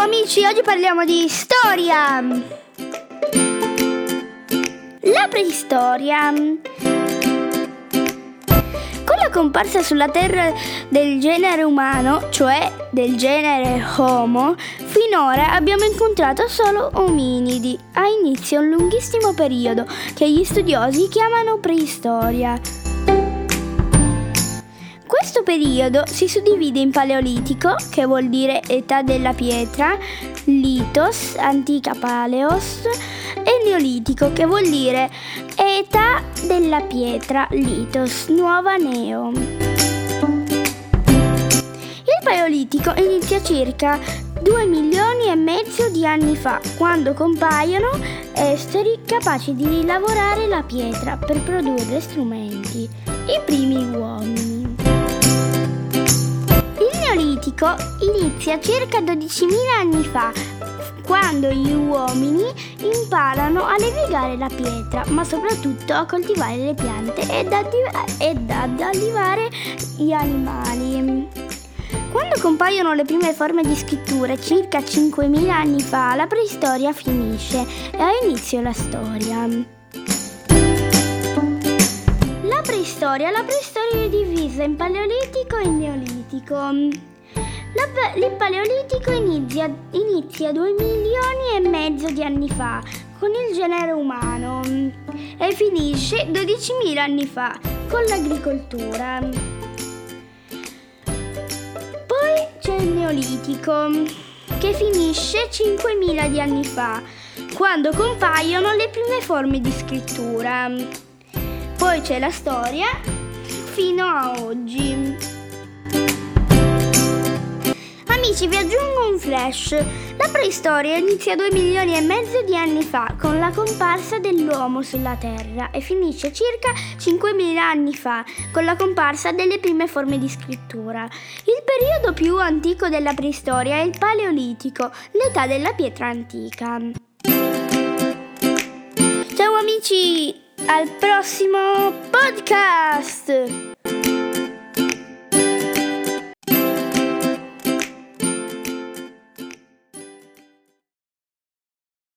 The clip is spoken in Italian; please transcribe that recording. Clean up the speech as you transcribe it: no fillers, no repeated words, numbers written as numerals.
amici, oggi parliamo di storia. La preistoria. Con la comparsa sulla Terra del genere umano, cioè del genere Homo, finora abbiamo incontrato solo ominidi. Ha inizio un lunghissimo periodo che gli studiosi chiamano preistoria. Questo periodo si suddivide in Paleolitico, che vuol dire età della pietra, Litos, antica Paleos, e Neolitico, che vuol dire età della pietra, Litos, nuova Neo. Il Paleolitico inizia circa 2 milioni e mezzo di anni fa, quando compaiono esseri capaci di lavorare la pietra per produrre strumenti, i primi uomini. Il Neolitico inizia circa 12.000 anni fa, quando gli uomini imparano a levigare la pietra, ma soprattutto a coltivare le piante ed ad allevare gli animali. Quando compaiono le prime forme di scrittura, circa 5.000 anni fa, la preistoria finisce e ha inizio la storia. La preistoria è divisa in Paleolitico e Neolitico. Il Paleolitico inizia 2 milioni e mezzo di anni fa con il genere umano e finisce 12.000 anni fa con l'agricoltura. Poi c'è il Neolitico che finisce 5.000 di anni fa, quando compaiono le prime forme di scrittura. Poi c'è la storia fino a oggi. Amici, vi aggiungo un flash. La preistoria inizia 2 milioni e mezzo di anni fa con la comparsa dell'uomo sulla Terra e finisce circa 5.000 anni fa con la comparsa delle prime forme di scrittura. Il periodo più antico della preistoria è il Paleolitico, l'età della pietra antica. Ciao amici, al prossimo podcast!